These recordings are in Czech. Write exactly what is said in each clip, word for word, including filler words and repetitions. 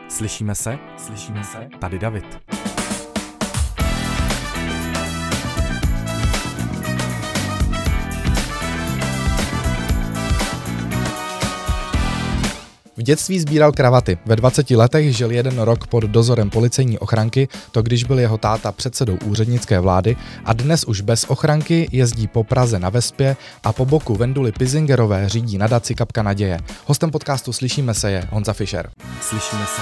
Slyšíme se? Slyšíme se? Tady David. V dětství sbíral kravaty. Ve dvaceti letech žil jeden rok pod dozorem policejní ochranky, to když byl jeho táta předsedou úřednické vlády, a dnes už bez ochranky jezdí po Praze na Vespě a po boku Venduly Pizingerové řídí nadaci Kapka naděje. Hostem podcastu Slyšíme se je Honza Fischer. Slyšíme se?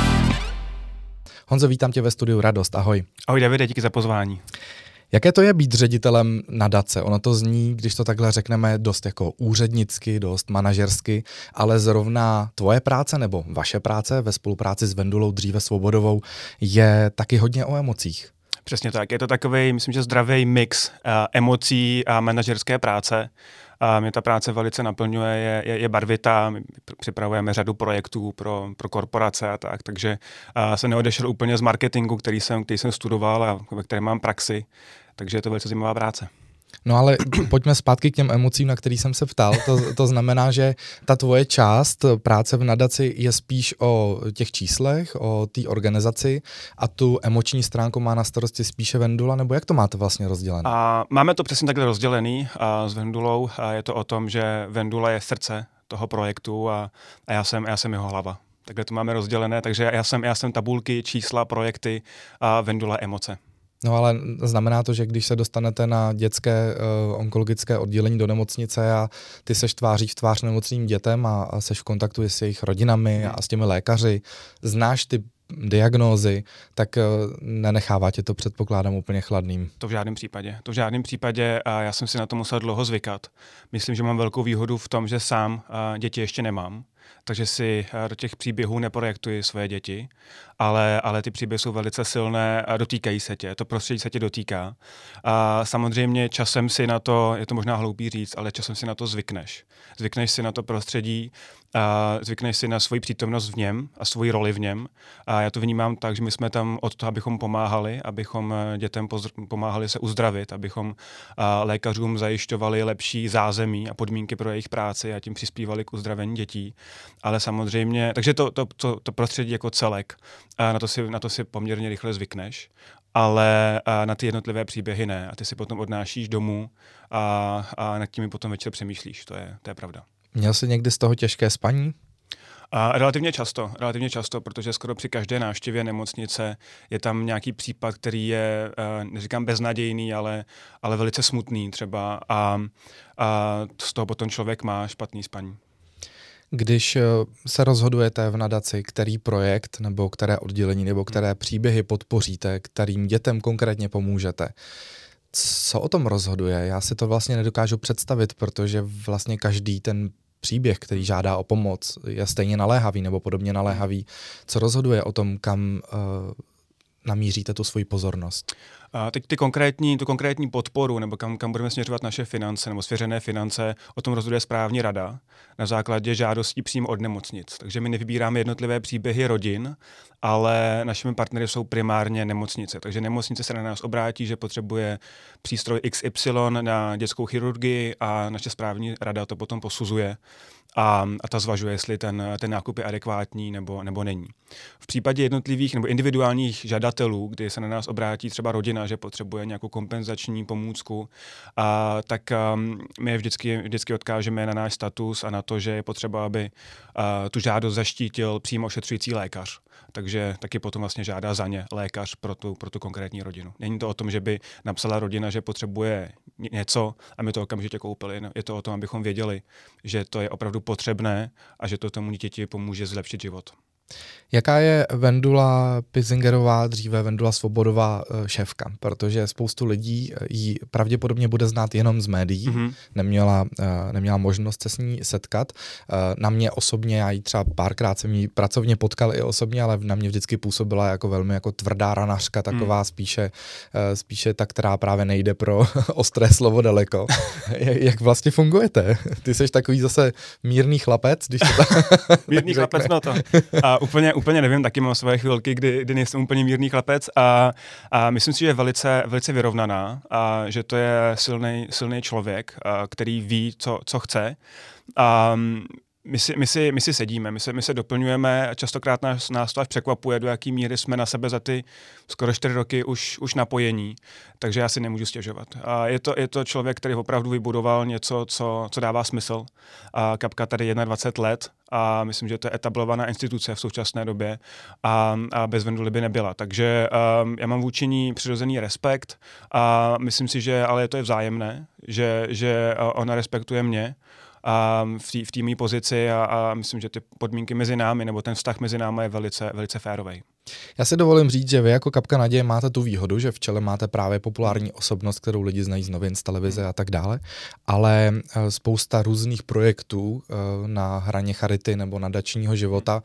Honzo, vítám tě ve studiu Radost, ahoj. Ahoj Davide, díky za pozvání. Jaké to je být ředitelem nadace? Ono to zní, když to takhle řekneme, dost jako úřednicky, dost manažersky, ale zrovna tvoje práce nebo vaše práce ve spolupráci s Vendulou dříve Svobodovou je taky hodně o emocích. Přesně tak, je to takový, myslím, že zdravý mix uh, emocí a manažerské práce. A mě ta práce velice naplňuje, je, je, je barvitá, my připravujeme řadu projektů pro, pro korporace a tak, takže uh, jsem neodešel úplně z marketingu, který jsem, který jsem studoval a ve kterém mám praxi, takže je to velice zajímavá práce. No ale pojďme zpátky k těm emocím, na který jsem se ptal. To, to znamená, že ta tvoje část práce v nadaci je spíš o těch číslech, o té organizaci a tu emoční stránku má na starosti spíše Vendula, nebo jak to máte vlastně rozdělené? A máme to přesně takhle rozdělený a s Vendulou. A je to o tom, že Vendula je srdce toho projektu a, a já, jsem, já jsem jeho hlava. Takhle to máme rozdělené, takže já jsem, já jsem tabulky, čísla, projekty a Vendula emoce. No ale znamená to, že když se dostanete na dětské uh, onkologické oddělení do nemocnice a ty seš tváří v tvář nemocným dětem a, a seš v kontaktu s jejich rodinami hmm. a s těmi lékaři, znáš ty diagnózy, tak uh, nenechává tě to, předpokládám, úplně chladným. To v žádném případě. To v žádném případě a já jsem si na to musel dlouho zvykat. Myslím, že mám velkou výhodu v tom, že sám uh, děti ještě nemám. Takže si do těch příběhů neprojektuji svoje děti, ale, ale ty příběhy jsou velice silné a dotýkají se tě, to prostředí se tě dotýká. A samozřejmě časem si na to, je to možná hloupý říct, ale časem si na to zvykneš. Zvykneš si na to prostředí, a zvykneš si na svoji přítomnost v něm a svoji roli v něm. A já to vnímám tak, že my jsme tam od toho, abychom pomáhali, abychom dětem pomáhali se uzdravit, abychom lékařům zajišťovali lepší zázemí a podmínky pro jejich práci a tím přispívali k uzdravení dětí. Ale samozřejmě, takže to, to, to, to prostředí jako celek, a na to si, na to si poměrně rychle zvykneš, ale na ty jednotlivé příběhy ne. A ty si potom odnášíš domů a, a nad tím potom večer přemýšlíš, to je, to je pravda. Měl jsi někdy z toho těžké spaní? A relativně často, relativně často, protože skoro při každé návštěvě nemocnice je tam nějaký případ, který je, neříkám beznadějný, ale, ale velice smutný třeba a, a z toho potom člověk má špatný spaní. Když se rozhodujete v nadaci, který projekt nebo které oddělení nebo které příběhy podpoříte, kterým dětem konkrétně pomůžete, co o tom rozhoduje? Já si to vlastně nedokážu představit, protože vlastně každý ten příběh, který žádá o pomoc, je stejně naléhavý nebo podobně naléhavý. Co rozhoduje o tom, kam uh, namíříte tu svoji pozornost? A teď ty konkrétní, tu konkrétní podporu, nebo kam, kam budeme směřovat naše finance, nebo svěřené finance, o tom rozhoduje správní rada na základě žádostí přímo od nemocnic. Takže my nevybíráme jednotlivé příběhy rodin, ale našimi partnery jsou primárně nemocnice. Takže nemocnice se na nás obrátí, že potřebuje přístroj X Y na dětskou chirurgii a naše správní rada to potom posuzuje a, a ta zvažuje, jestli ten, ten nákup je adekvátní nebo, nebo není. V případě jednotlivých nebo individuálních žadatelů, kdy se na nás obrátí třeba rodina, že potřebuje nějakou kompenzační pomůcku, a, tak um, my je vždycky, vždycky odkážeme na náš status a na to, že je potřeba, aby a, tu žádost zaštítil přímo ošetřující lékař. Takže taky potom vlastně žádá za ně lékař pro tu, pro tu konkrétní rodinu. Není to o tom, že by napsala rodina, že potřebuje něco a my to okamžitě koupili. Je to o tom, abychom věděli, že to je opravdu potřebné a že to tomu dítěti pomůže zlepšit život. Jaká je Vendula Pizingerová, dříve Vendula Svobodová, šéfka? Protože spoustu lidí ji pravděpodobně bude znát jenom z médií, mm-hmm. neměla, neměla možnost se s ní setkat. Na mě osobně, já ji třeba párkrát jsem ji pracovně potkal i osobně, ale na mě vždycky působila jako velmi jako tvrdá ranařka, taková mm. spíše, spíše ta, která právě nejde pro ostré slovo daleko. Jak vlastně fungujete? Ty jsi takový zase mírný chlapec, když to tak Mírný chlapec, no to. A úplně, úplně nevím, taky mám své chvilky, kdy, kdy nejsem úplně mírný chlapec a, a myslím si, že je velice, velice vyrovnaná a že to je silný, silný člověk, a, který ví, co, co chce. A My si, my, si, my si sedíme, my se, my se doplňujeme a častokrát nás, nás to až překvapuje, do jaký míry jsme na sebe za ty skoro čtyři roky už, už napojení, takže já si nemůžu stěžovat. A je to, je to člověk, který opravdu vybudoval něco, co, co dává smysl. A Kapka tady dvacet jedna let a myslím, že to je etablovaná instituce v současné době a, a bez Venduly by nebyla. Takže um, já mám vůči ní přirozený respekt a myslím si, že ale to je vzájemné, že, že ona respektuje mě a v té mý pozici a, a myslím, že ty podmínky mezi námi nebo ten vztah mezi námi je velice, velice férovej. Já si dovolím říct, že vy jako Kapka naděje máte tu výhodu, že v čele máte právě populární osobnost, kterou lidi znají z novin, z televize a tak dále, ale spousta různých projektů na hraně charity nebo nadačního života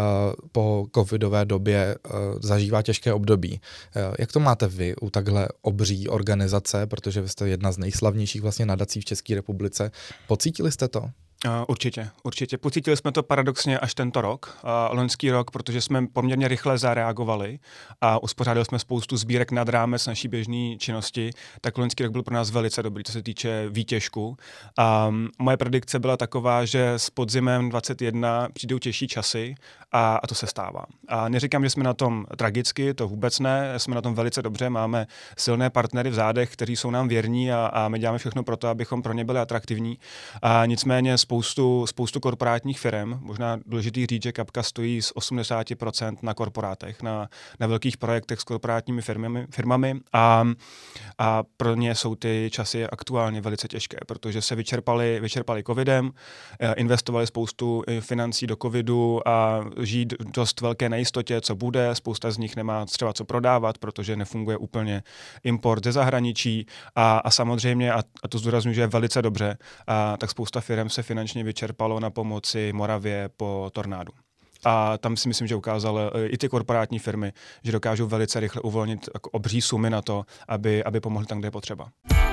po covidové době zažívá těžké období. Jak to máte vy u takhle obří organizace, protože vy jste jedna z nejslavnějších vlastně nadací v České republice. Pocítili jste to? Uh, určitě, určitě. Pocítili jsme to paradoxně až tento rok, uh, loňský rok, protože jsme poměrně rychle zareagovali a uspořádali jsme spoustu sbírek nad rámec naší běžné činnosti, tak loňský rok byl pro nás velice dobrý, co se týče výtěžku. Um, moje predikce byla taková, že s podzimem dvacet jedna přijdou těžší časy a, a to se stává. A neříkám, že jsme na tom tragicky, to vůbec ne, jsme na tom velice dobře, máme silné partnery v zádech, kteří jsou nám věrní a, a my děláme všechno pro to, abychom pro ně byli atraktivní. A nicméně spoustu, spoustu korporátních firm, možná důležitý říct, že Kapka stojí z osmdesát procent na korporátech, na, na velkých projektech s korporátními firmami, firmami a, a pro ně jsou ty časy aktuálně velice těžké, protože se vyčerpali, vyčerpali covidem, investovali spoustu financí do covidu a žijí dost velké nejistotě, co bude, spousta z nich nemá třeba co prodávat, protože nefunguje úplně import ze zahraničí a, a samozřejmě, a, a to zdůrazňuji, že je velice dobře, a, tak spousta firm se finančně vyčerpalo na pomoci Moravě po tornádu. A tam si myslím, že ukázal i ty korporátní firmy, že dokážou velice rychle uvolnit jako obří sumy na to, aby, aby pomohli tam, kde je potřeba.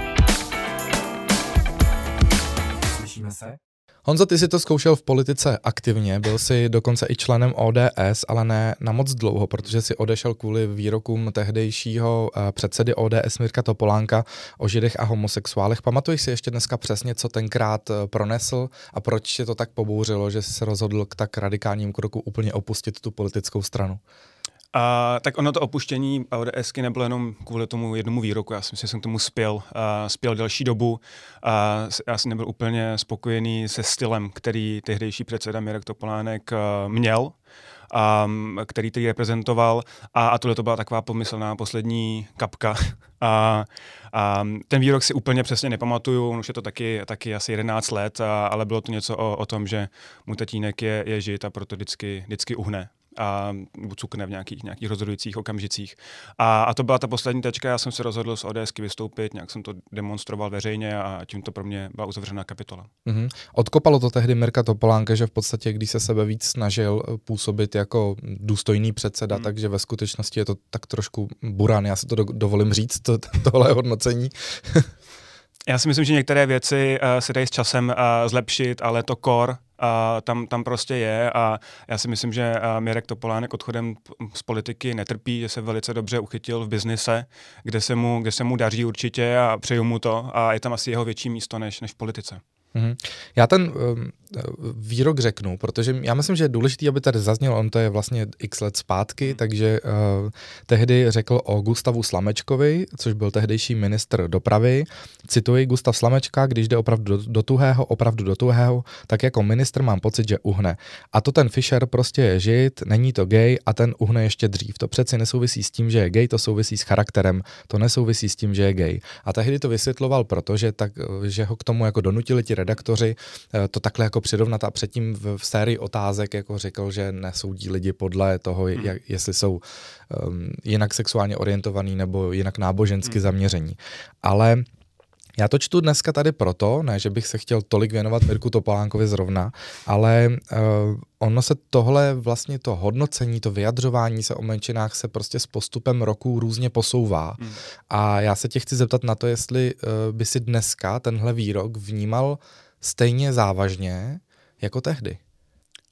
Slyšíme se? Honzo, ty jsi to zkoušel v politice aktivně, byl jsi dokonce i členem O D S, ale ne na moc dlouho, protože jsi odešel kvůli výrokům tehdejšího předsedy O D S Mirka Topolánka o židech a homosexuálech. Pamatuješ si ještě dneska přesně, co tenkrát pronesl a proč tě to tak pobouřilo, že jsi se rozhodl k tak radikálním kroku úplně opustit tu politickou stranu? Uh, tak ono to opuštění ODSky nebylo jenom kvůli tomu jednomu výroku, já si myslím, že jsem k tomu spěl, uh, spěl delší dobu. Uh, já jsem nebyl úplně spokojený se stylem, který tehdejší předseda Mirek Topolánek uh, měl, um, který tedy reprezentoval a, a tohle to byla taková pomyslná poslední kapka. A, a ten výrok si úplně přesně nepamatuju, už je to taky, taky asi jedenáct let, a, ale bylo to něco o, o tom, že můj tatínek je, je žid a proto vždycky, vždycky uhne a cukne v nějakých, nějakých rozhodujících okamžicích. A, a to byla ta poslední tečka, já jsem se rozhodl z ODSky vystoupit, nějak jsem to demonstroval veřejně a tím to pro mě byla uzavřená kapitola. Mm-hmm. Odkopalo to tehdy Mirka Topolánka, že v podstatě, když se sebe víc snažil působit jako důstojný předseda, mm. takže ve skutečnosti je to tak trošku buran, já si to do, dovolím říct, to, tohle hodnocení. Já si myslím, že některé věci uh, se dají s časem uh, zlepšit, ale to core uh, tam, tam prostě je a já si myslím, že uh, Mirek Topolánek odchodem z politiky netrpí, že se velice dobře uchytil v biznise, kde se mu, kde se mu daří určitě a přeju mu to a je tam asi jeho větší místo než, než v politice. Mm-hmm. Já ten um, výrok řeknu, protože já myslím, že je důležitý, aby tady zazněl, on to je vlastně x let zpátky, mm. takže uh, tehdy řekl o Gustavu Slamečkovi, což byl tehdejší ministr dopravy, cituji, Gustav Slamečka, když jde opravdu do, do tuhého, opravdu do tuhého, tak jako ministr mám pocit, že uhne. A to ten Fischer prostě je žid, není to gay a ten uhne ještě dřív. To přeci nesouvisí s tím, že je gay, to souvisí s charakterem, to nesouvisí s tím, že je gay. A tehdy to vysvětloval, protože tak, že ho k tomu jako donutili ti redaktoři to takhle jako přirovnat a předtím v, v sérii otázek jako řekl, že nesoudí lidi podle toho, hmm. jak, jestli jsou um, jinak sexuálně orientovaný nebo jinak nábožensky hmm. zaměření. Ale já to čtu dneska tady proto, ne, že bych se chtěl tolik věnovat Mirku Topolánkovi zrovna, ale uh, ono se tohle vlastně to hodnocení, to vyjadřování se o menšinách se prostě s postupem roků různě posouvá. Hmm. A já se tě chci zeptat na to, jestli uh, by si dneska tenhle výrok vnímal stejně závažně jako tehdy.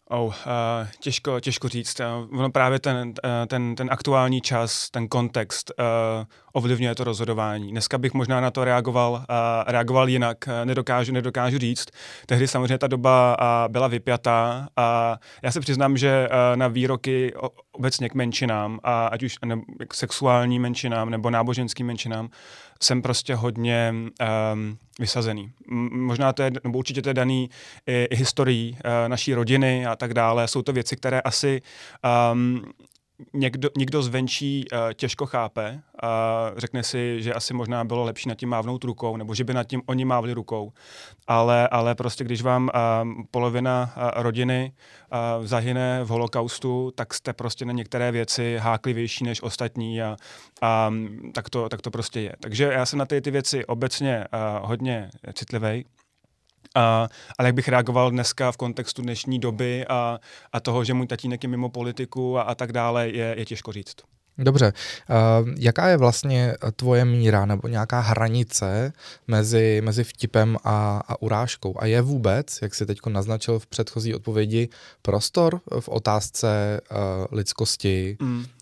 Oh, uh, těžko, těžko říct. Uh, ono právě ten, uh, ten, ten aktuální čas, ten kontext uh, ovlivňuje to rozhodování. Dneska bych možná na to reagoval, uh, reagoval jinak, uh, nedokážu, nedokážu říct. Tehdy samozřejmě ta doba uh, byla vypjatá a já se přiznám, že uh, na výroky obecně k menšinám, a ať už ne, k sexuálním menšinám nebo náboženským menšinám, jsem prostě hodně um, vysazený. Možná to je, nebo určitě to je daný i, i historií uh, naší rodiny a tak dále. Jsou to věci, které asi um, někdo, někdo zvenčí uh, těžko chápe a řekne si, že asi možná bylo lepší nad tím mávnout rukou, nebo že by nad tím oni mávli rukou. Ale, ale prostě když vám uh, polovina uh, rodiny uh, zahyne v holokaustu, tak jste prostě na některé věci háklivější než ostatní a, a tak, to, tak to prostě je. Takže já jsem na ty, ty věci obecně uh, hodně citlivý. Uh, ale jak bych reagoval dneska v kontextu dnešní doby a, a toho, že můj tatínek je mimo politiku a, a tak dále, je, je těžko říct. Dobře. Uh, jaká je vlastně tvoje míra nebo nějaká hranice mezi, mezi vtipem a, a urážkou? A je vůbec, jak jsi teď naznačil v předchozí odpovědi, prostor v otázce uh, lidskosti, mm. uh,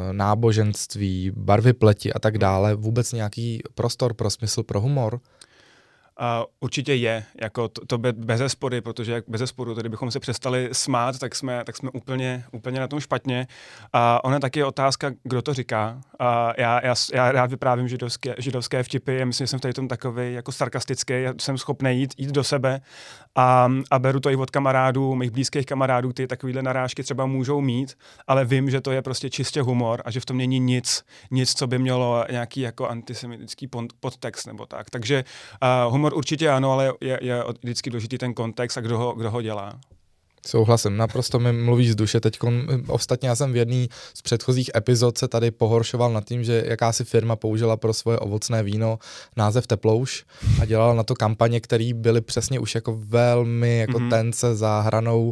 náboženství, barvy pleti a tak dále, vůbec nějaký prostor pro smysl pro humor? Uh, určitě je, jako to, to bezespory, protože jak bezesporu, tedy bychom se přestali smát, tak jsme, tak jsme úplně, úplně na tom špatně. A uh, ona je taky otázka, kdo to říká. Uh, já, já, já rád vyprávím židovské, židovské vtipy, já myslím, že jsem v tom takový jako sarkastický, já jsem schopný jít, jít do sebe a, a beru to i od kamarádů, mých blízkých kamarádů, ty takovýhle narážky třeba můžou mít, ale vím, že to je prostě čistě humor a že v tom není nic, nic, co by mělo nějaký jako antisemitický podtext nebo tak. Takže uh, humor určitě ano, ale je, je vždycky důležitý ten kontext a kdo ho, kdo ho dělá. Souhlasím, naprosto mi mluvíš z duše. Teď ostatně já jsem v jedné z předchozích epizod se tady pohoršoval nad tím, že jakási firma použila pro svoje ovocné víno název Teplouš a dělala na to kampaně, které byly přesně už jako velmi jako mm-hmm. tence za hranou,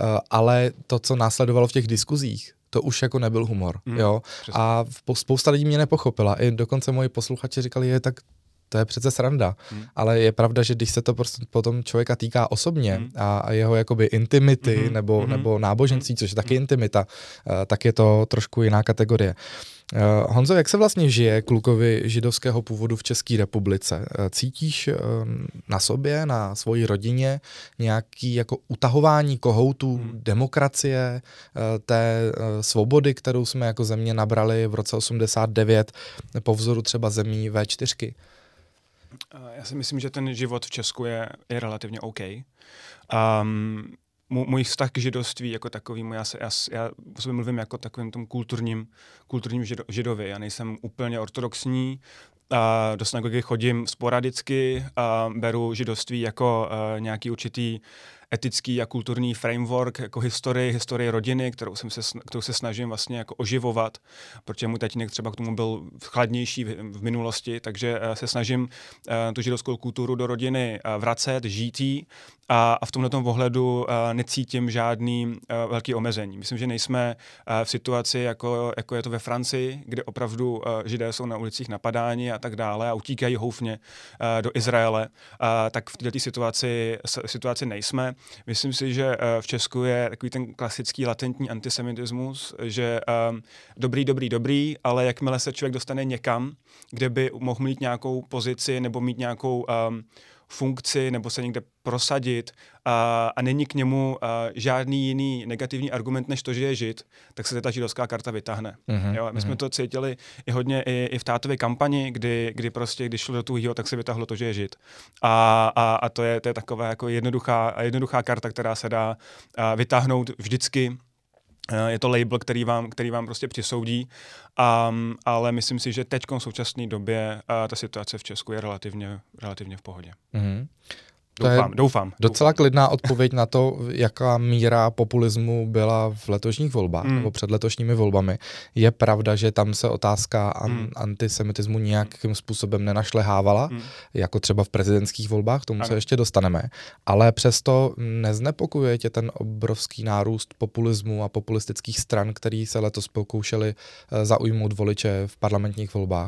ale to, co následovalo v těch diskuzích, to už jako nebyl humor. Mm, jo? A spousta lidí mě nepochopila. I dokonce moji posluchači říkali, je tak to je přece sranda, hmm. ale je pravda, že když se to prostě potom člověka týká osobně hmm. a, a jeho jakoby intimity hmm. nebo, hmm. nebo náboženství, což je taky intimita, uh, tak je to trošku jiná kategorie. Uh, Honzo, jak se vlastně žije klukovi židovského původu v České republice? Uh, cítíš uh, na sobě, na svojí rodině nějaký jako utahování kohoutů hmm. demokracie, uh, té uh, svobody, kterou jsme jako země nabrali v roce osmdesát devět po vzoru třeba zemí vé čtyřky? Já si myslím, že ten život v Česku je, je relativně OK. Um, můj vztah k židovství jako takovým, já, se, já, já o sobě mluvím jako takovým tom kulturním, kulturním žido, židovi. Já nejsem úplně ortodoxní, uh, do synagogy chodím sporadicky, uh, beru židovství jako uh, nějaký určitý etický a kulturní framework, jako historii, historii rodiny, kterou, jsem se, kterou se snažím vlastně jako oživovat, protože můj tatínek třeba k tomu byl chladnější v, v minulosti, takže uh, se snažím uh, tu židovskou kulturu do rodiny uh, vracet, žít jí a, a v tomto ohledu uh, necítím žádný uh, velký omezení. Myslím, že nejsme uh, v situaci, jako, jako je to ve Francii, kde opravdu uh, židé jsou na ulicích napadáni a tak dále a utíkají houfně uh, do Izraele, uh, tak v této situaci, situaci nejsme. Myslím si, že v Česku je takový ten klasický latentní antisemitismus, že um, dobrý, dobrý, dobrý, ale jakmile se člověk dostane někam, kde by mohl mít nějakou pozici nebo mít nějakou um, funkci nebo se někde prosadit a, a není k němu a, žádný jiný negativní argument, než to, že je žid, tak se ta židovská karta vytáhne. Mm-hmm. Jo, my jsme to cítili i hodně i, i v tátově kampani, kdy, kdy prostě, když šlo do tuhýho, tak se vytáhlo to, že je žid. A, a, a to je, to je taková jako jednoduchá, jednoduchá karta, která se dá a, vytáhnout vždycky. Je to label, který vám, který vám prostě přisoudí, um, ale myslím si, že teď v současné době uh, ta situace v Česku je relativně, relativně v pohodě. Mm-hmm. Doufám, to doufám. Docela doufám. klidná odpověď na to, jaká míra populismu byla v letošních volbách, mm. nebo před letošními volbami. Je pravda, že tam se otázka an- mm. antisemitismu nějakým způsobem nenašlehávala, mm. jako třeba v prezidentských volbách, k tomu ano. se ještě dostaneme. Ale přesto neznepokojuje tě ten obrovský nárůst populismu a populistických stran, který se letos pokoušeli zaujmout voliče v parlamentních volbách?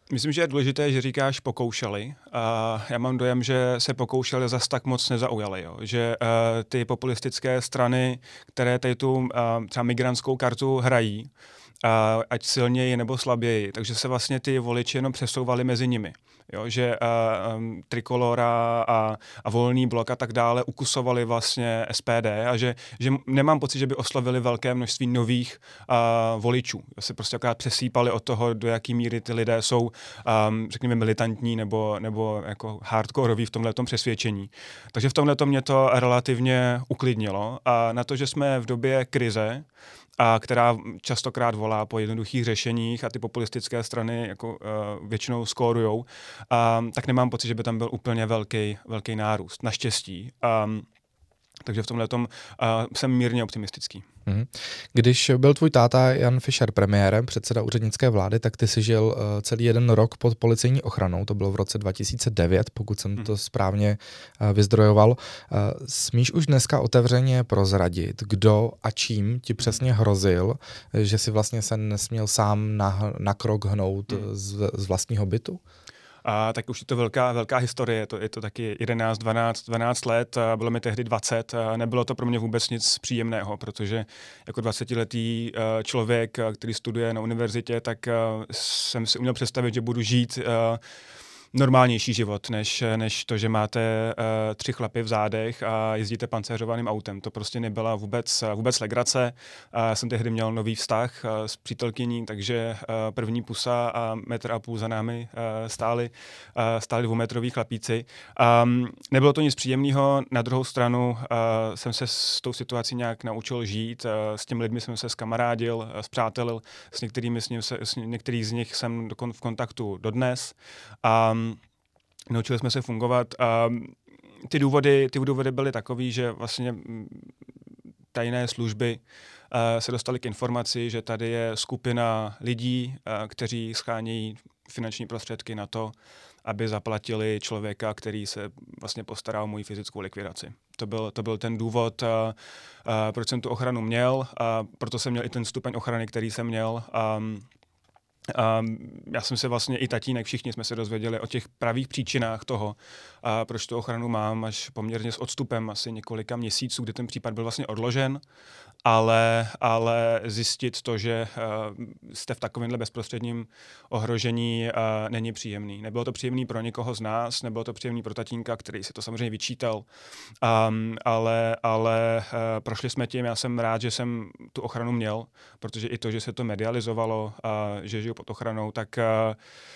Myslím, že je důležité, že říkáš pokoušeli. A já mám dojem, že se pokoušeli, zas tak moc nezaujali. Jo. Že uh, ty populistické strany, které tady tu uh, třeba migrantskou kartu hrají, uh, ať silněji nebo slaběji, takže se vlastně ty voliči jenom přesouvali mezi nimi. Jo, že uh, um, Trikolora a, a Volný blok a tak dále ukusovali vlastně S P D a že, že nemám pocit, že by oslavili velké množství nových uh, voličů. Se prostě akorát přesýpali od toho, do jaký míry ty lidé jsou, um, řekněme, militantní nebo, nebo jako hardkoroví v tomhletom přesvědčení. Takže v tomhletom mě to relativně uklidnilo. A na to, že jsme v době krize, a která častokrát volá po jednoduchých řešeních a ty populistické strany jako uh, většinou skórujou, uh, tak nemám pocit, že by tam byl úplně velký, velký nárůst. Naštěstí. Um, takže v tomhle tom uh, jsem mírně optimistický. Když byl tvůj táta Jan Fischer premiérem, předseda úřednické vlády, tak ty si žil uh, celý jeden rok pod policejní ochranou, to bylo v roce dva tisíce devět, pokud jsem to správně uh, vyzdrojoval. Uh, smíš už dneska otevřeně prozradit, kdo a čím ti přesně hrozil, že si vlastně se nesměl sám na, na krok hnout z, z vlastního bytu? A tak už je to velká, velká historie, je to, je to taky jedenáct, dvanáct, dvanáct let, a bylo mi tehdy dvacet, a nebylo to pro mě vůbec nic příjemného, protože jako dvacetiletý člověk, který studuje na univerzitě, tak jsem si uměl představit, že budu žít normálnější život, než, než to, že máte uh, tři chlapy v zádech a jezdíte pancéřovaným autem. To prostě nebyla vůbec, vůbec legrace. Uh, jsem tehdy měl nový vztah uh, s přítelkyní, takže uh, první pusa a metr a půl za námi uh, stáli, uh, stáli dvoumetroví chlapíci. Um, nebylo to nic příjemného. Na druhou stranu uh, jsem se s tou situací nějak naučil žít. Uh, s těmi lidmi jsem se zkamarádil, uh, zpřátelil. S některými z, ním se, s některých z nich jsem dokon, v kontaktu dodnes. Um, Naučili jsme se fungovat a ty důvody, ty důvody byly takový, že vlastně tajné služby se dostaly k informaci, že tady je skupina lidí, kteří schánějí finanční prostředky na to, aby zaplatili člověka, který se vlastně postaral o moji fyzickou likvidaci. To byl, to byl ten důvod, a, a proč jsem tu ochranu měl, a proto jsem měl i ten stupeň ochrany, který jsem měl. A, Um, já jsem se vlastně i tatínek, všichni jsme se dozvěděli o těch pravých příčinách toho, uh, proč tu ochranu mám, až poměrně s odstupem asi několika měsíců, kdy ten případ byl vlastně odložen, ale, ale zjistit to, že uh, jste v takovémhle bezprostředním ohrožení, uh, není příjemný. Nebylo to příjemný pro někoho z nás, nebylo to příjemný pro tatínka, který si to samozřejmě vyčítal, um, ale, ale uh, prošli jsme tím, já jsem rád, že jsem tu ochranu měl, protože i to, že se to medializovalo, uh, že žiju pod ochranou, tak uh,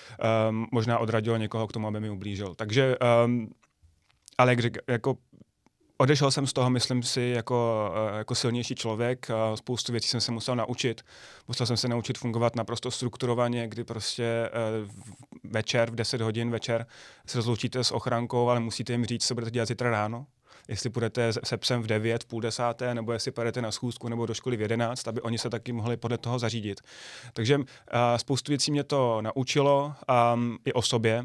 um, možná odradilo někoho k tomu, aby mi ublížil. Takže, um, ale jak řek, jako odešel jsem z toho, myslím si, jako, uh, jako silnější člověk. Uh, spoustu věcí jsem se musel naučit. Musel jsem se naučit fungovat naprosto strukturovaně, kdy prostě uh, večer, v deset hodin večer se rozloučíte s ochrankou, ale musíte jim říct, co budete dělat zítra ráno. Jestli půjdete se psem v devět, v půl desáté, nebo jestli půjdete na schůzku nebo do školy v jedenáct, aby oni se taky mohli podle toho zařídit. Takže uh, spoustu věcí mě to naučilo, um, i o sobě.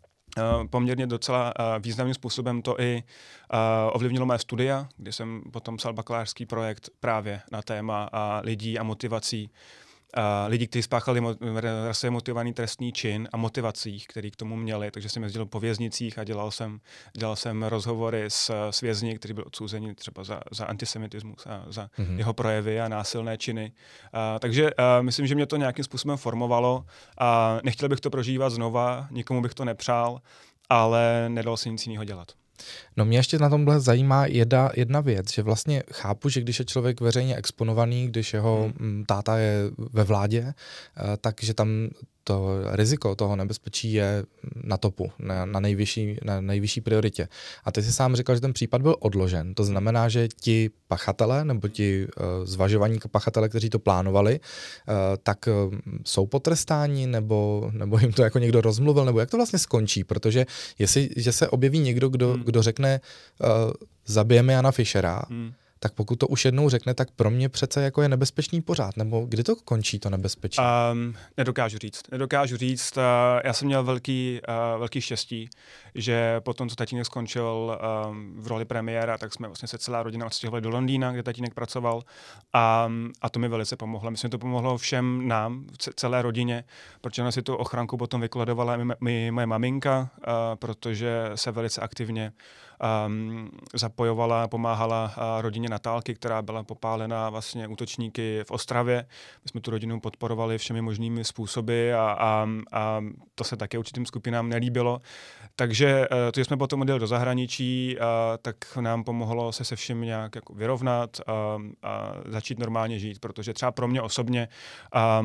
Uh, poměrně docela uh, významným způsobem to i uh, ovlivnilo mé studia, kdy jsem potom psal bakalářský projekt právě na téma uh, lidí a motivací. Uh, lidí, kteří spáchali mo- rasově motivovaný trestný čin a motivacích, který k tomu měli. Takže jsem jezdil po věznicích a dělal jsem, dělal jsem rozhovory s, s vězni, kteří byli odsouzeni třeba za, za antisemitismus a za mm-hmm. jeho projevy a násilné činy. Uh, takže uh, myslím, že mě to nějakým způsobem formovalo a nechtěl bych to prožívat znova, nikomu bych to nepřál, ale nedalo se nic jiného dělat. No mě ještě na tomhle zajímá jedna, jedna věc, že vlastně chápu, že když je člověk veřejně exponovaný, když jeho hmm. táta je ve vládě, takže tam to riziko toho nebezpečí je na topu, na, na, nejvyšší, na nejvyšší prioritě. A ty jsi sám říkal, že ten případ byl odložen. To znamená, že ti pachatelé nebo ti uh, zvažovaní pachatelé, kteří to plánovali, uh, tak uh, jsou potrestáni nebo, nebo jim to jako někdo rozmluvil, nebo jak to vlastně skončí? Protože jestli že se objeví někdo, kdo, hmm. kdo řekne uh, zabijeme Jana Fischera, hmm. tak pokud to už jednou řekne, tak pro mě přece jako je nebezpečný pořád, nebo kdy to končí to nebezpečí? Um, nedokážu říct. Nedokážu říct. Uh, já jsem měl velký, uh, velký štěstí, že potom, co tatínek skončil um, v roli premiéra, tak jsme vlastně se celá rodina odstěhovali do Londýna, kde tatínek pracoval a, a to mi velice pomohlo. Myslím, že to pomohlo všem nám, celé rodině, protože ona si tu ochranku potom vykladovala mi, mi moje maminka, uh, protože se velice aktivně um, zapojovala, pomáhala uh, rodině Natálky, která byla popálená vlastně útočníky v Ostravě. My jsme tu rodinu podporovali všemi možnými způsoby a, a, a to se také určitým skupinám nelíbilo. Takže to, že jsme potom odjeli do zahraničí, a, tak nám pomohlo se se všem nějak jako vyrovnat a, a začít normálně žít, protože třeba pro mě osobně a, a,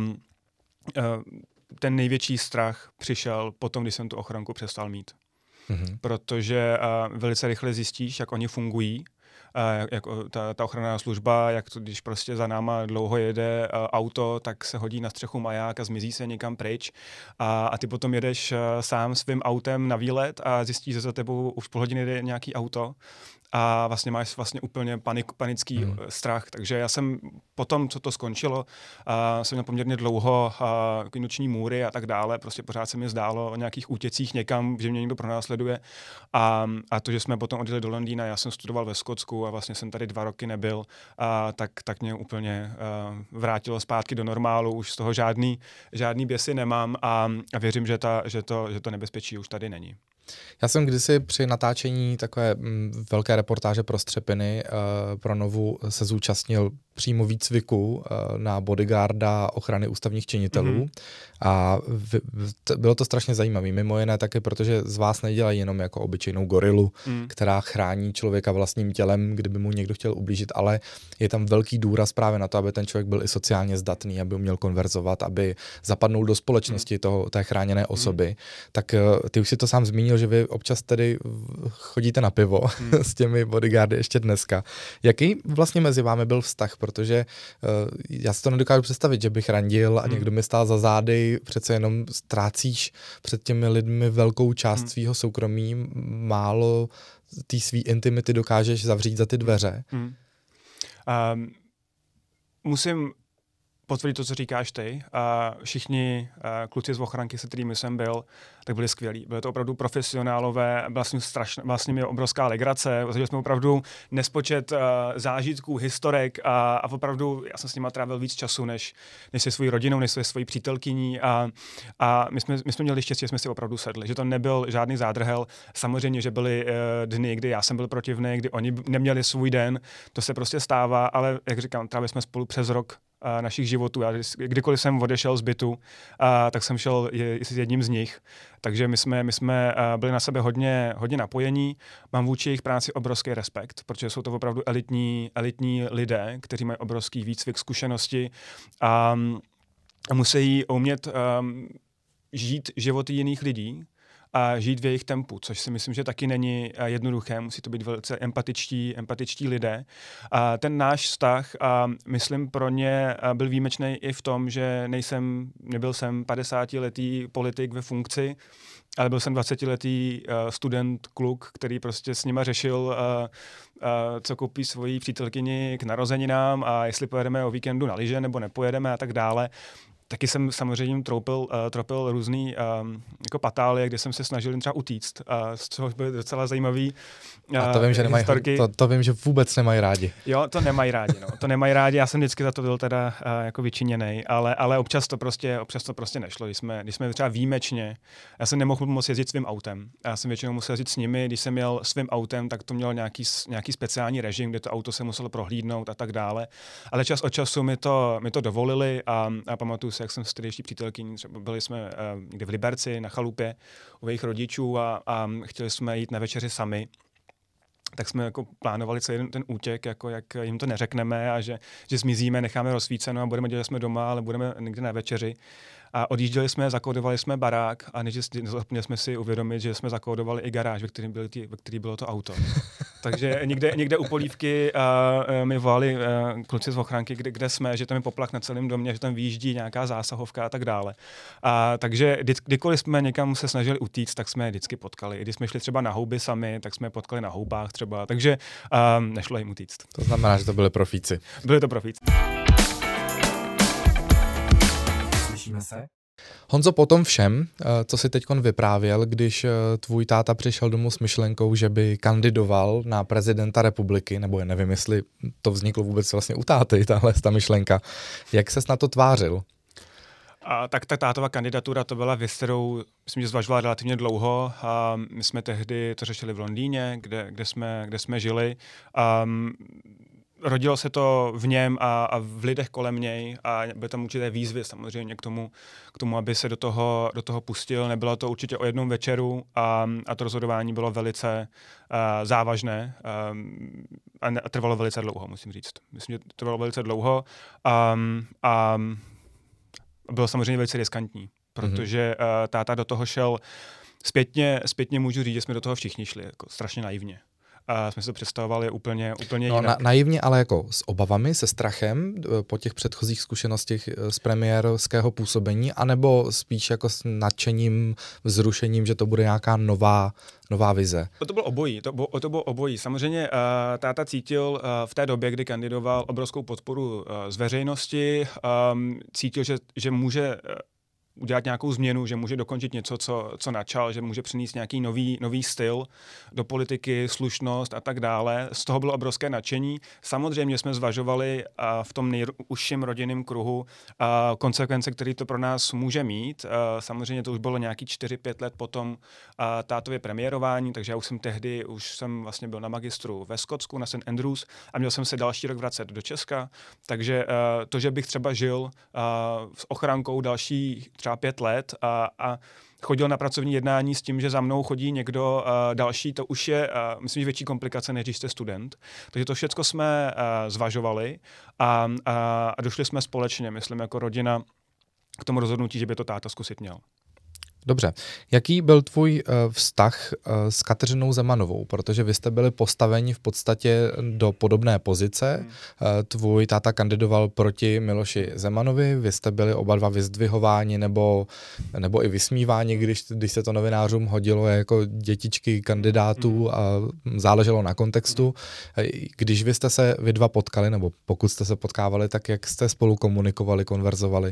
ten největší strach přišel potom, když jsem tu ochranku přestal mít. Mm-hmm. Protože a, velice rychle zjistíš, jak oni fungují, Jak, jak ta, ta ochranná služba, jak to, když prostě za náma dlouho jede uh, auto, tak se hodí na střechu maják a zmizí se někam pryč a, a ty potom jedeš uh, sám svým autem na výlet a zjistíš, že za tebou už půl hodiny jde nějaký auto a vlastně máš vlastně úplně panik, panický hmm. strach. Takže já jsem potom, co to skončilo, uh, jsem měl poměrně dlouho uh, noční můry a tak dále, prostě pořád se mi zdálo o nějakých útěcích někam, že mě někdo pronásleduje a, a to, že jsme potom odjeli do Londýna, já jsem studoval ve Skotsku a vlastně jsem tady dva roky nebyl, a tak, tak mě úplně uh, vrátilo zpátky do normálu, už z toho žádný, žádný běsy nemám a, a věřím, že, ta, že, to, že to nebezpečí už tady není. Já jsem kdysi při natáčení takové m, velké reportáže pro Střepiny uh, pro Novu se zúčastnil přímo výcviku uh, na bodyguarda ochrany ústavních činitelů mm-hmm. a v, t, bylo to strašně zajímavé. Mimo jiné taky, protože z vás nedělají jenom jako obyčejnou gorilu, mm. která chrání člověka vlastním tělem, kdyby mu někdo chtěl ublížit, ale je tam velký důraz právě na to, aby ten člověk byl i sociálně zdatný, aby uměl konverzovat, aby zapadnul do společnosti mm. toho, té chráněné osoby. Mm. Tak uh, ty už si to sám zmínil, že vy občas tedy chodíte na pivo hmm. s těmi bodyguardy ještě dneska. Jaký vlastně mezi vámi byl vztah? Protože uh, já si to nedokážu představit, že bych randil a hmm. někdo mi stál za zády, přece jenom ztrácíš před těmi lidmi velkou část hmm. svýho soukromí, málo té svý intimity dokážeš zavřít za ty dveře. Hmm. Um, musím potvrdit to, co říkáš ty. A všichni a kluci z ochranky, se kterými jsem byl, tak byli skvělí. Byli to opravdu profesionálové, vlastně strašně, vlastně mi obrovská legrace, protože jsme opravdu nespočet uh, zážitků, historek a, a opravdu já jsem s nimi trávil víc času, než, než se svojí rodinou, než se svojí přítelkyní a, a my, jsme, my jsme měli štěstí, že jsme si opravdu sedli, že to nebyl žádný zádrhel. Samozřejmě, že byly uh, dny, kdy já jsem byl protivný, kdy oni neměli svůj den, to se prostě stává, ale jak říkám, trávili jsme spolu přes rok našich životů. Já kdykoliv jsem odešel z bytu, a, tak jsem šel je, s jedním z nich. Takže my jsme, my jsme byli na sebe hodně, hodně napojení. Mám vůči jejich práci obrovský respekt, protože jsou to opravdu elitní, elitní lidé, kteří mají obrovský výcvik, zkušenosti a, a musí umět um, žít životy jiných lidí a žít v jejich tempu, což si myslím, že taky není jednoduché, musí to být velice empatičtí, empatičtí lidé. A ten náš vztah, a myslím, pro ně byl výjimečný i v tom, že nejsem, nebyl jsem padesátiletý politik ve funkci, ale byl jsem dvacetiletý student, kluk, který prostě s nima řešil, co koupí svojí přítelkyni k narozeninám a jestli pojedeme o víkendu na lyže nebo nepojedeme a tak dále. Taky jsem samozřejmě troupil, uh, tropil různý um, jako patálie, kde jsem se snažil jim třeba utíct, uh, což byly docela zajímavý uh, A to vím, že nemají, to, to vím, že vůbec nemají rádi. Jo, to nemají rádi, no. To nemají rádi, já jsem vždycky za to byl teda uh, jako vyčiněnej, ale, ale občas to prostě, občas to prostě nešlo, když jsme, když jsme třeba výjimečně, já jsem nemohl moc jezdit svým autem, já jsem většinou musel jezdit s nimi, když jsem jel svým autem, tak to mělo nějaký, nějaký speciální režim, kde to auto se muselo prohlídnout a tak dále, ale čas od času mi to, mi to dovolili a, a pamatuju jak jsem s tehdejší přítelkyní, třeba byli jsme uh, někde v Liberci na chalupě u jejich rodičů a, a chtěli jsme jít na večeři sami, tak jsme jako plánovali celý ten útěk, jako jak jim to neřekneme a že, že zmizíme, necháme rozsvíceno a budeme dělat, že jsme doma, ale budeme někde na večeři. A odjížděli jsme, zakódovali jsme barák a než nezapomněli jsme si uvědomit, že jsme zakódovali i garáž, ve kterém bylo, ve který bylo to auto. Takže někde, někde u Polívky uh, mi volali uh, kluci z ochránky, kde, kde jsme, že tam je poplach na celém domě, že tam vyjíždí nějaká zásahovka a tak dále. Uh, takže kdy, kdykoliv jsme někam se snažili utíct, tak jsme je vždycky potkali. I když jsme šli třeba na houby sami, tak jsme je potkali na houbách třeba. Takže um, nešlo jim utíct. To znamená, že to byli profíci. Byli to profíci. Slyšíme se? Honzo, potom všem, co si teďkon vyprávěl, když tvůj táta přišel domů s myšlenkou, že by kandidoval na prezidenta republiky, nebo nevím, jestli to vzniklo vůbec vlastně u táty, tahle ta myšlenka, jak ses na to tvářil? A tak ta tátova kandidatura to byla věc, kterou myslím, že zvažovala relativně dlouho. A my jsme tehdy to řešili v Londýně, kde, kde, jsme, kde jsme žili. Um, Rodilo se to v něm a, a v lidech kolem něj a byly tam určité výzvy samozřejmě k tomu, k tomu, aby se do toho, do toho pustil. Nebylo to určitě o jednom večeru a, a to rozhodování bylo velice uh, závažné um, a, ne, a trvalo velice dlouho, musím říct. Myslím, že trvalo velice dlouho um, a bylo samozřejmě velice riskantní, protože uh, táta do toho šel zpětně, zpětně můžu říct, že jsme do toho všichni šli, jako strašně naivně. A jsme si to představovali úplně, úplně no, jinak. Na, naivně, ale jako s obavami, se strachem po těch předchozích zkušenostech z premiérského působení, anebo spíš jako s nadšením, vzrušením, že to bude nějaká nová, nová vize? To bylo obojí, to bylo, to bylo obojí. Samozřejmě uh, táta cítil uh, v té době, kdy kandidoval, obrovskou podporu uh, z veřejnosti, um, cítil, že, že může uh, udělat nějakou změnu, že může dokončit něco, co, co načal, že může přinést nějaký nový, nový styl do politiky, slušnost a tak dále. Z toho bylo obrovské nadšení. Samozřejmě jsme zvažovali uh, v tom nejužším rodinném kruhu uh, konsekvence, které to pro nás může mít. Uh, samozřejmě to už bylo nějaký čtyři pět let potom uh, tátově premiérování, takže já už jsem tehdy, už jsem vlastně byl na magistru ve Skotsku, na Saint Andrews a měl jsem se další rok vracet do Česka. Takže uh, to, že bych třeba žil uh, s ochrankou další třeba pět let a, a chodil na pracovní jednání s tím, že za mnou chodí někdo uh, další, to už je, uh, myslím, že větší komplikace, než když jste student. Takže to všechno jsme uh, zvažovali a, a, a došli jsme společně, myslím, jako rodina k tomu rozhodnutí, že by to táta zkusit měl. Dobře. Jaký byl tvůj uh, vztah uh, s Kateřinou Zemanovou? Protože vy jste byli postaveni v podstatě do podobné pozice. Hmm. Uh, tvůj táta kandidoval proti Miloši Zemanovi, vy jste byli oba dva vyzdvihováni nebo, nebo i vysmíváni, když, když se to novinářům hodilo jako dětičky kandidátů hmm. a záleželo na kontextu. Hmm. Když vy jste se vy dva potkali, nebo pokud jste se potkávali, tak jak jste spolu komunikovali, konverzovali?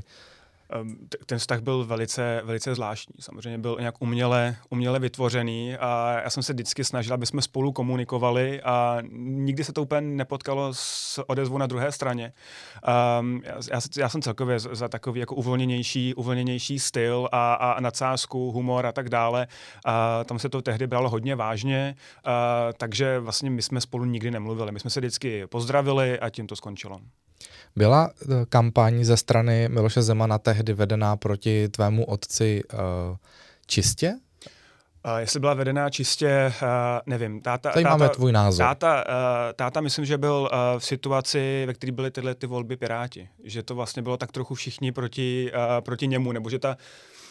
Ten vztah byl velice, velice zvláštní. Samozřejmě byl nějak uměle, uměle vytvořený a já jsem se vždycky snažil, aby jsme spolu komunikovali a nikdy se to úplně nepotkalo s odezvou na druhé straně. Um, já, já jsem celkově za takový jako uvolněnější, uvolněnější styl a, a nadsázku, humor a tak dále. A tam se to tehdy bralo hodně vážně, a, takže vlastně my jsme spolu nikdy nemluvili. My jsme se vždycky pozdravili a tím to skončilo. Byla kampaň ze strany Miloše Zemana tehdy vedená proti tvému otci uh, čistě? Uh, jestli byla vedená čistě, uh, nevím. Táta, Tady táta, máme tvůj názor. Táta, uh, táta myslím, že byl uh, v situaci, ve které byly tyhle ty volby Piráti. Že to vlastně bylo tak trochu všichni proti, uh, proti němu, nebo že ta...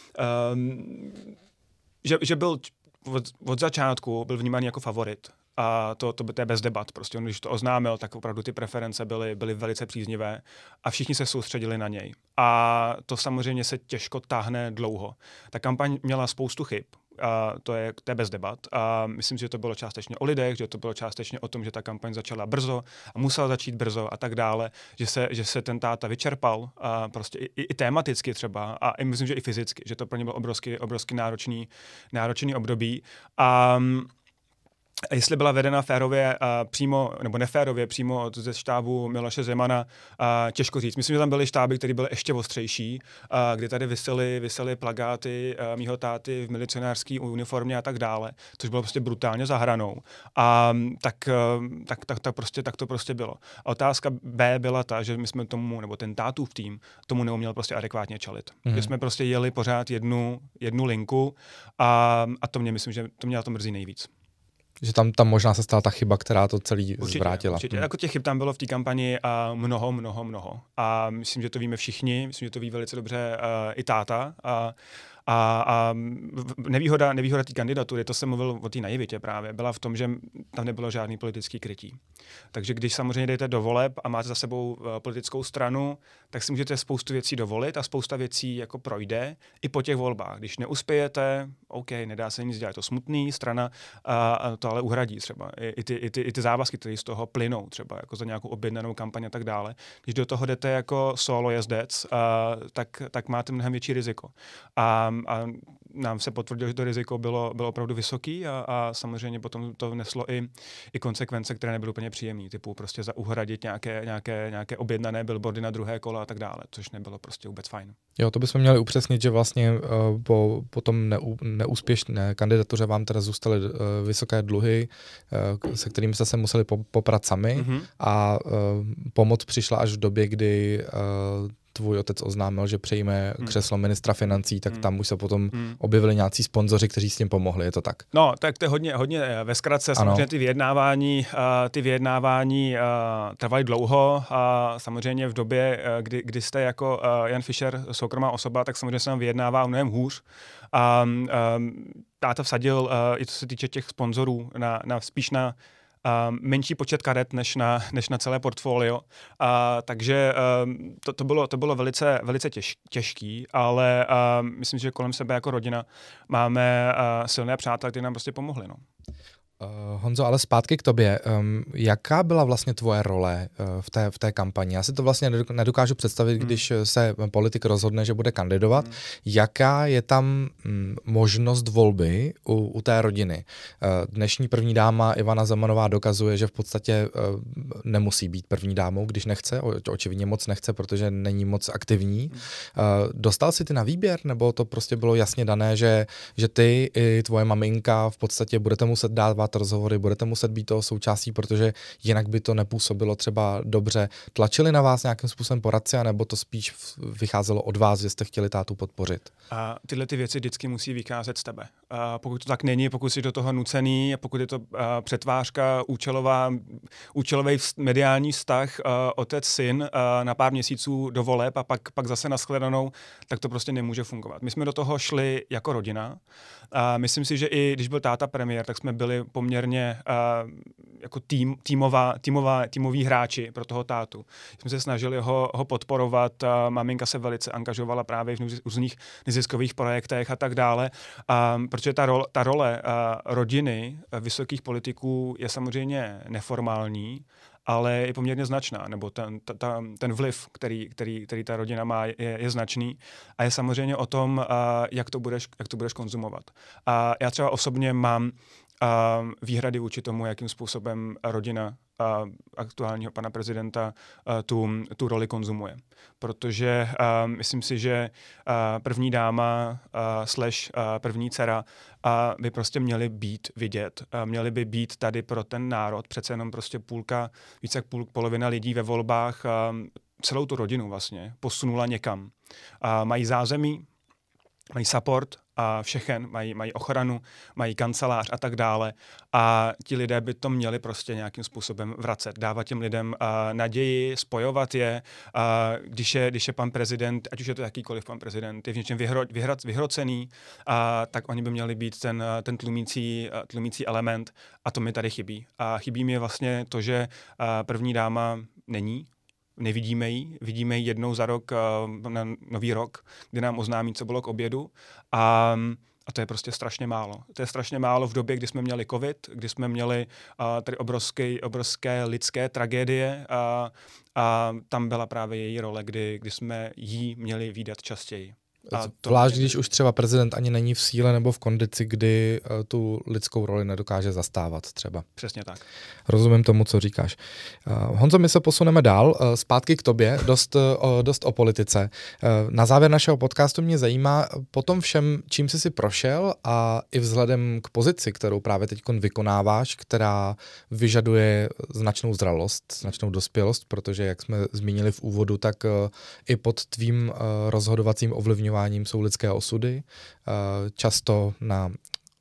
Um, že, že byl od, od začátku byl vnímaný jako favorit. A to, to, to je bez debat. Prostě on, když to oznámil, tak opravdu ty preference byly, byly velice příznivé a všichni se soustředili na něj. A to samozřejmě se těžko táhne dlouho. Ta kampaň měla spoustu chyb. A to je, to je bez debat. A myslím, že to bylo částečně o lidech, že to bylo částečně o tom, že ta kampaň začala brzo a musela začít brzo a tak dále, že se, že se ten táta vyčerpal a prostě i, i tematicky třeba a i myslím, že i fyzicky, že to pro ně bylo obrovský, obrovský náročný, náročný období. A A jestli byla vedena férově uh, přímo, nebo neférově přímo ze štábu Miloše Zemana, uh, těžko říct. Myslím, že tam byly štáby, které byly ještě ostřejší, uh, kdy tady visely, visely plakáty uh, mýho táty v milicionářské uniformě a tak dále, což bylo prostě brutálně za hranou. A tak, uh, tak, tak, tak, prostě, tak to prostě bylo. A otázka B byla ta, že my jsme tomu, nebo ten tátův tým, tomu neuměl prostě adekvátně čelit. Mm. Že jsme prostě jeli pořád jednu, jednu linku a, a to mě myslím, že to mě na to mrzí nejvíc. Že tam, tam možná se stala ta chyba, která to celý určitě, zvrátila. Určitě. Hmm. Jako těch chyb tam bylo v té kampani a mnoho, mnoho, mnoho. A myslím, že to víme všichni, myslím, že to ví velice dobře uh, i táta. A, a, a nevýhoda, nevýhoda té kandidatury, to jsem mluvil o té naivitě právě, byla v tom, že tam nebylo žádný politický krytí. Takže když samozřejmě jdete do voleb a máte za sebou uh, politickou stranu, tak si můžete spoustu věcí dovolit a spousta věcí jako projde i po těch volbách. Když neuspějete, OK, nedá se nic dělat, je to smutný, strana a, a to ale uhradí třeba. I, i, ty, i, ty, i ty závazky, které z toho plynou, třeba jako za nějakou objednanou kampaň a tak dále. Když do toho jdete jako solo jezdec, a, tak, tak máte mnohem větší riziko. A, a nám se potvrdilo, že to riziko bylo, bylo opravdu vysoký a, a samozřejmě potom to neslo i, i konsekvence, které nebyly úplně příjemné, typu prostě za uhradit nějaké, nějaké, nějaké objednané billboardy na druhé kolo a tak dále, což nebylo prostě vůbec fajn. Jo, to bychom měli upřesnit, že vlastně uh, po, po tom neú, neúspěšné kandidatuře vám teda zůstaly uh, vysoké dluhy, uh, se kterými jste se museli po, poprat sami mm-hmm. a uh, pomoc přišla až v době, kdy uh, tvůj otec oznámil, že přejme hmm. křeslo ministra financí, tak hmm. tam už se potom hmm. objevili nějací sponzoři, kteří s tím pomohli, je to tak? No, tak to je hodně, hodně ve zkratce, samozřejmě ty vyjednávání, uh, ty vyjednávání uh, trvaly dlouho a samozřejmě v době, uh, kdy, kdy jste jako uh, Jan Fischer soukromá osoba, tak samozřejmě se nám vyjednává mnohem hůř. A um, táta vsadil, uh, i co se týče těch sponzorů, na, na spíš na Uh, menší počet karet než na, než na celé portfolio. Uh, takže uh, to, to, bylo, to bylo velice, velice těž, těžký, ale uh, myslím, že kolem sebe jako rodina máme uh, silné přátelé, kteří nám prostě pomohli. No. Uh, Honzo, ale zpátky k tobě. Um, jaká byla vlastně tvoje role uh, v, té, v té kampani? Já si to vlastně nedokážu představit, hmm. když se politik rozhodne, že bude kandidovat. Hmm. Jaká je tam um, možnost volby u, u té rodiny? Uh, dnešní první dáma Ivana Zemanová dokazuje, že v podstatě uh, nemusí být první dámou, když nechce. O, očividně moc nechce, protože není moc aktivní. Hmm. Uh, dostal jsi ty na výběr, nebo to prostě bylo jasně dané, že, že ty i tvoje maminka v podstatě budete muset dávat rozhovory, budete muset být toho součástí, protože jinak by to nepůsobilo třeba dobře. Tlačili na vás nějakým způsobem poradci, nebo to spíš vycházelo od vás, že jste chtěli tátu podpořit? A tyhle ty věci vždycky musí vycházet z tebe. A pokud to tak není, pokud jsi do toho nucený, pokud je to a, přetvářka, účelová, účelový mediální vztah, a, otec, syn a, na pár měsíců do voleb a pak, pak zase nashledanou, tak to prostě nemůže fungovat. My jsme do toho šli jako rodina a myslím si, že i když byl táta premiér, tak jsme byli poměrně uh, jako tým, týmová, týmová, týmoví hráči pro toho tátu. Jsme se snažili ho, ho podporovat, uh, maminka se velice angažovala právě v různých neziskových projektech a tak dále, uh, protože ta, role, ta role uh, rodiny uh, vysokých politiků je samozřejmě neformální, ale je poměrně značná, nebo ten, ta, ta, ten vliv, který, který, který ta rodina má, je, je značný a je samozřejmě o tom, uh, jak, to budeš, jak to budeš konzumovat. A uh, já třeba osobně mám uh, výhrady vůči tomu, jakým způsobem rodina uh, aktuálního pana prezidenta uh, tu, tu roli konzumuje. Protože uh, myslím si, že uh, první dáma uh, slash uh, první dcera uh, by prostě měly být vidět. Uh, měly by být tady pro ten národ. Přece jenom prostě půlka, více jak půl, polovina lidí ve volbách uh, celou tu rodinu vlastně posunula někam. Uh, mají zázemí, mají support a všechen, mají, mají ochranu, mají kancelář a tak dále. A ti lidé by to měli prostě nějakým způsobem vracet, dávat těm lidem uh, naději, spojovat je. Uh, když, je, když je pan prezident, ať už je to jakýkoliv pan prezident, je v něčem vyhro, vyhro, vyhrocený, uh, tak oni by měli být ten, ten tlumící, uh, tlumící element a to mi tady chybí. A chybí mi vlastně to, že uh, první dáma není. Nevidíme ji, vidíme ji jednou za rok na nový rok, kdy nám oznámí, co bylo k obědu a, a to je prostě strašně málo. To je strašně málo v době, kdy jsme měli covid, kdy jsme měli a, tady obrovské, obrovské lidské tragédie a, a tam byla právě její role, kdy, kdy jsme jí měli vídat častěji. Zvlášť, když už třeba prezident ani není v síle nebo v kondici, kdy uh, tu lidskou roli nedokáže zastávat třeba. Přesně tak. Rozumím tomu, co říkáš. Uh, Honzo, my se posuneme dál, uh, zpátky k tobě, dost, uh, dost o politice. Uh, na závěr našeho podcastu mě zajímá po tom všem, čím jsi si prošel a i vzhledem k pozici, kterou právě teď vykonáváš, která vyžaduje značnou zralost, značnou dospělost, protože, jak jsme zmínili v úvodu, tak uh, i pod tvým uh, rozhodovacím ovlivňováním jsou lidské osudy, často na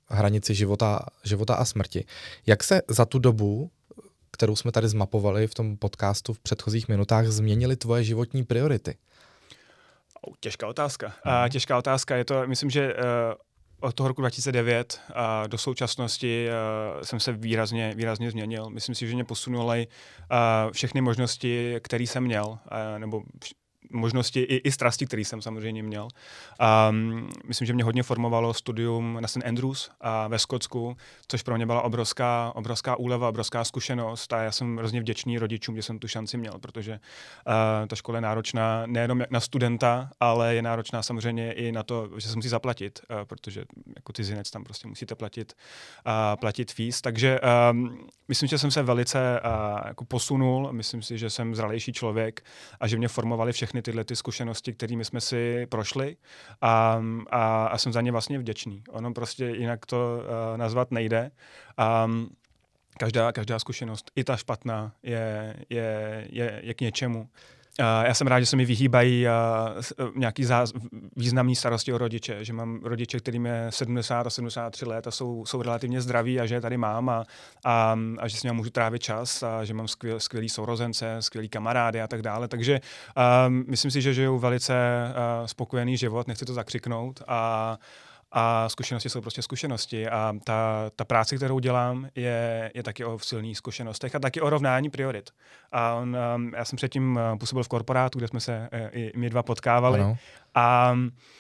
hranici života, života a smrti. Jak se za tu dobu, kterou jsme tady zmapovali v tom podcastu v předchozích minutách, změnily tvoje životní priority? Oh, těžká otázka. Hmm. Uh, těžká otázka. Je to, myslím, že uh, od toho roku dva tisíce devět uh, do současnosti uh, jsem se výrazně, výrazně změnil. Myslím si, že mě posunuly uh, všechny možnosti, které jsem měl, uh, nebo vš- možnosti i, i strasti, které jsem samozřejmě měl. Um, myslím, že mě hodně formovalo studium na Saint Andrews uh, ve Skotsku, což pro mě byla obrovská, obrovská úleva, obrovská zkušenost a já jsem hrozně vděčný rodičům, že jsem tu šanci měl, protože uh, ta škola je náročná nejenom na studenta, ale je náročná samozřejmě i na to, že se musí zaplatit, uh, protože jako cizinec tam prostě musíte platit, uh, platit fees. Takže um, myslím, že jsem se velice uh, jako posunul, myslím si, že jsem zralejší člověk a že mě formovali všechny tyhle ty zkušenosti, kterými jsme si prošli a, a, a jsem za ně vlastně vděčný. Ono prostě jinak to uh, nazvat nejde. Um, každá, každá zkušenost, i ta špatná, je, je, je, je k něčemu. Uh, já jsem rád, že se mi vyhýbají uh, nějaký záz- významný starosti o rodiče, že mám rodiče, kterým je sedmdesát a sedmdesát tři let a jsou, jsou relativně zdraví a že je tady mám a, a, a že s nimi můžu trávit čas a že mám skvěl, skvělý sourozence, skvělý kamarády a tak dále. Takže uh, myslím si, že žiju velice uh, spokojený život, nechci to zakřiknout a A zkušenosti jsou prostě zkušenosti a ta, ta práce, kterou dělám, je, je taky o silných zkušenostech a taky o rovnání priorit. A on, um, já jsem předtím působil v korporátu, kde jsme se uh, i my dva potkávali. Ano. A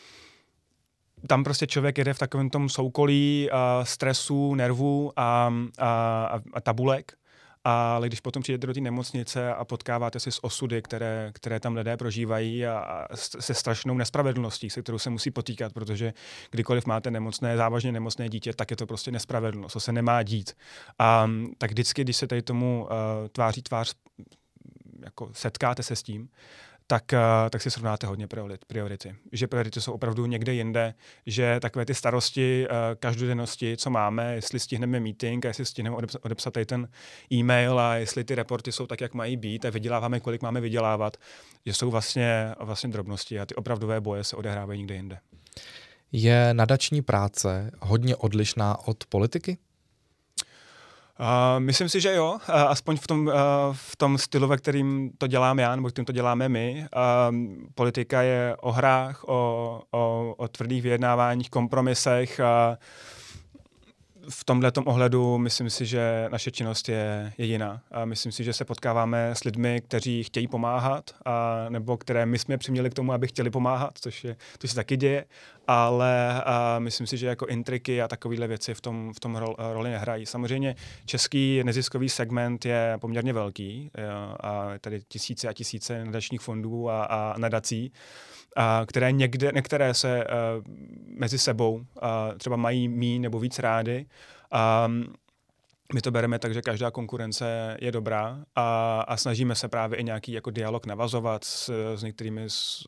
tam prostě člověk jede v takovém tom soukolí uh, stresu, nervů a, a, a tabulek. Ale když potom přijdete do té nemocnice a potkáváte si s osudy, které, které tam lidé prožívají a, a se strašnou nespravedlností, se kterou se musí potýkat, protože kdykoliv máte nemocné, závažně nemocné dítě, tak je to prostě nespravedlnost, to se nemá dít. A tak vždycky, když se tady tomu uh, tváří tvář, jako setkáte se s tím, tak, tak si srovnáte hodně priority. Že priority jsou opravdu někde jinde, že takové ty starosti každodennosti, co máme, jestli stihneme meeting, a jestli stihneme odepsat tady ten e-mail a jestli ty reporty jsou tak, jak mají být a vyděláváme, kolik máme vydělávat, že jsou vlastně, vlastně drobnosti a ty opravdové boje se odehrávají někde jinde. Je nadační práce hodně odlišná od politiky? Uh, myslím si, že jo, uh, aspoň v tom, uh, v tom stylu, ve kterým to dělám já, nebo kterým to děláme my. Uh, politika je o hrách, o, o, o tvrdých vyjednáváních, kompromisech. Uh, v tomhletom ohledu myslím si, že naše činnost je, je jiná. A myslím si, že se potkáváme s lidmi, kteří chtějí pomáhat, a, nebo které my jsme přiměli k tomu, aby chtěli pomáhat, což, je, což se taky děje, ale a myslím si, že jako intriky a takovéhle věci v tom, v tom ro, roli nehrají. Samozřejmě český neziskový segment je poměrně velký, a tady tisíce a tisíce nadačních fondů a, a nadací, a které někde, některé se uh, mezi sebou uh, třeba mají míň nebo víc rády. Um, my to bereme tak, že každá konkurence je dobrá a, a snažíme se právě i nějaký jako dialog navazovat s, s některými s,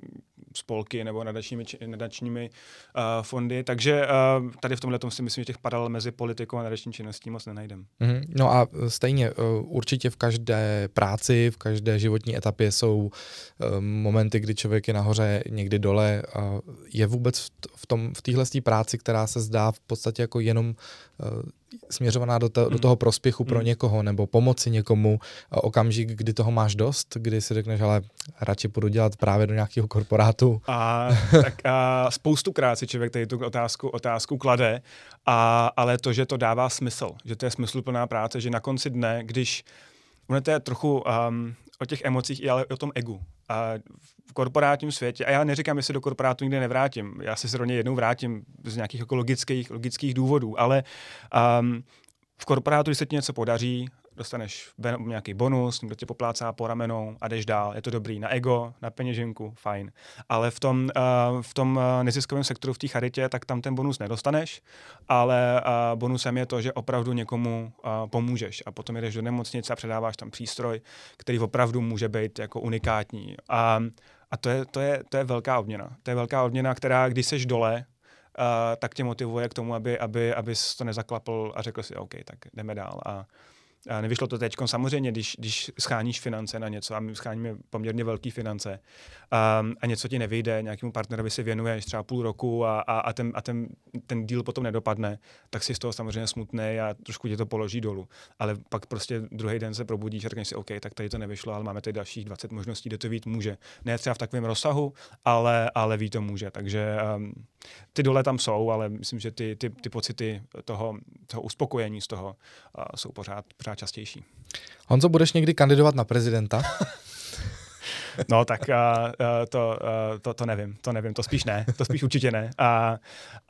spolky nebo nadačními, nadačními uh, fondy. Takže uh, tady v tomhle si myslím, že těch paralel mezi politikou a nadační činností moc nenajdem. Mm-hmm. No a stejně uh, určitě v každé práci, v každé životní etapě jsou uh, momenty, kdy člověk je nahoře, někdy dole. Uh, je vůbec v, tom, v téhle práci, která se zdá v podstatě jako jenom uh, směřovaná do, to, mm. do toho prospěchu pro mm. někoho nebo pomoci někomu, okamžik, kdy toho máš dost, kdy si řekneš, ale radši půjdu dělat právě do nějakého korporátu. A, tak a spoustukrát si člověk tady tu otázku, otázku klade, a, ale to, že to dává smysl, že to je smysluplná práce, že na konci dne, když ono to je trochu um, o těch emocích, ale o tom egu. A v korporátním světě, a já neříkám, jestli do korporátu nikdy nevrátím, já se zrovna jednou vrátím z nějakých jako logických, logických důvodů, ale um, v korporátu, když se ti něco podaří, dostaneš ben, nějaký bonus, někdo tě poplácá po ramenou a jdeš dál, je to dobrý, na ego, na peněženku, fajn. Ale v tom, uh, v tom uh, neziskovém sektoru, v té charitě, tak tam ten bonus nedostaneš, ale uh, bonusem je to, že opravdu někomu uh, pomůžeš a potom jdeš do nemocnice a předáváš tam přístroj, který opravdu může být jako unikátní. A, a to, je, to, je, to je velká odměna. To je velká odměna, která, když seš dole, Uh, tak tě motivuje k tomu, aby, aby, abys to nezaklapl a řekl si, OK, tak jdeme dál. A A nevyšlo to teď. Samozřejmě, když, když scháníš finance na něco, a my scháníme poměrně velké finance, a, a něco ti nevyjde, nějakému partnerovi si věnuješ třeba půl roku a, a, a, ten, a ten, ten deal potom nedopadne, tak si z toho samozřejmě smutnej a trošku tě to položí dolů. Ale pak prostě druhý den se probudíš a řekneš si, OK, tak tady to nevyšlo, ale máme tady dalších dvacet možností, kde to vít může. Ne třeba v takovém rozsahu, ale, ale ví to může. Takže um, ty dole tam jsou, ale myslím, že ty, ty, ty pocity toho, toho uspokojení z toho uh, jsou pořád, pořád častější. Honzo, budeš někdy kandidovat na prezidenta? No tak uh, uh, to, uh, to, to nevím, to nevím, to spíš ne, to spíš určitě ne, uh,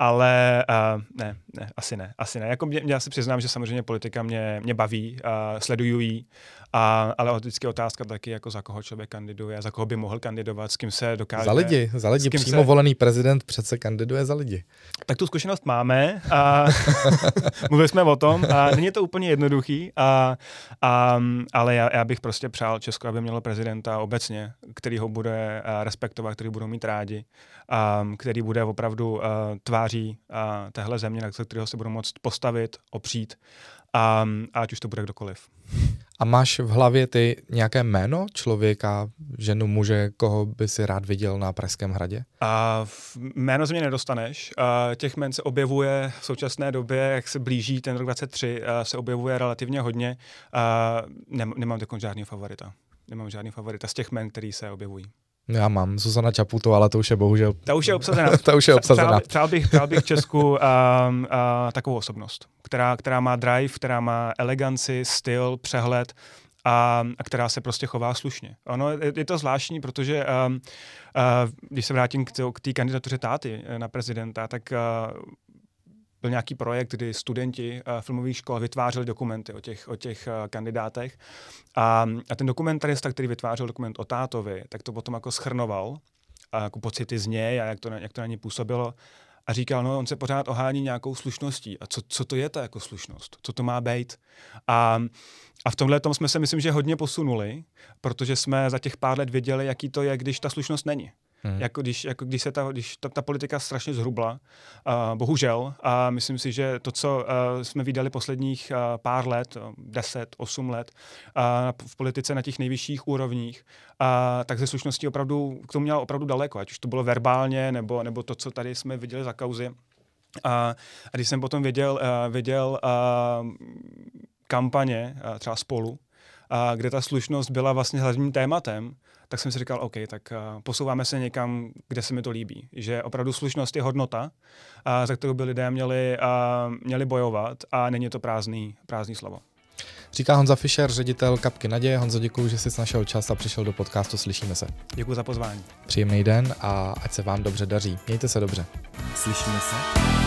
ale uh, ne, ne, asi ne, asi ne. Jako mě, já si přiznám, že samozřejmě politika mě, mě baví, uh, sleduju ji, uh, ale vždycky otázka taky, jako za koho člověk kandiduje, za koho by mohl kandidovat, s kým se dokáže... Za lidi, za lidi, přímo se... volený prezident přece kandiduje za lidi. Tak tu zkušenost máme a mluvili jsme o tom a není to úplně jednoduchý, a, a, ale já, já bych prostě přál Česko, aby mělo prezidenta obecně, který ho bude respektovat, který budou mít rádi, a, který bude opravdu a, tváří a, téhle země, na kterého se budou moct postavit, opřít, a, a ať už to bude kdokoliv. A máš v hlavě ty nějaké jméno člověka, ženu, muže, koho by si rád viděl na Pražském hradě? A jméno ze mě nedostaneš. A těch jmén se objevuje v současné době, jak se blíží ten rok dvacet tři, se objevuje relativně hodně. A nemám takový žádný favorita. Nemám žádný favorita z těch jmén, který se objevují. Já mám Zuzana Čaputová, ale to už je bohužel... Ta už je obsazená. Ta už je obsazená. Přál, přál bych, přál bych Česku uh, uh, takovou osobnost, která, která má drive, která má eleganci, styl, přehled a, a která se prostě chová slušně. Ono je, je to zvláštní, protože uh, uh, když se vrátím k té kandidatuře táty na prezidenta, tak uh, byl nějaký projekt, kdy studenti uh, filmových škol vytvářeli dokumenty o těch, o těch uh, kandidátech. A, a ten dokumentarista, který vytvářel dokument o tátovi, tak to potom jako schrnoval, a jako pocity z něj a jak to, jak to na něj působilo. A říkal, no on se pořád ohání nějakou slušností. A co, co to je ta jako slušnost? Co to má být? A, a v tomhle tom jsme se, myslím, že hodně posunuli, protože jsme za těch pár let věděli, jaký to je, když ta slušnost není. Hmm. Jako když, jako když se ta, když ta, ta politika strašně zhrubla, uh, bohužel, a myslím si, že to, co uh, jsme viděli posledních uh, pár let, deset, osm let, uh, v politice na těch nejvyšších úrovních, uh, tak ze slušností opravdu, k tomu měla opravdu daleko, ať už to bylo verbálně, nebo, nebo to, co tady jsme viděli za kauzy. Uh, a když jsem potom viděl, uh, viděl uh, kampaně, uh, třeba Spolu, uh, kde ta slušnost byla vlastně hlavním tématem, tak jsem si říkal, OK, tak uh, posouváme se někam, kde se mi to líbí. Že opravdu slušnost je hodnota, uh, za kterou by lidé měli, uh, měli bojovat a není to prázdný, prázdný slovo. Říká Honza Fischer, ředitel Kapky naděje. Honzo, děkuji, že jsi našel čas a přišel do podcastu Slyšíme se. Děkuji za pozvání. Příjemný den a ať se vám dobře daří. Mějte se dobře. Slyšíme se.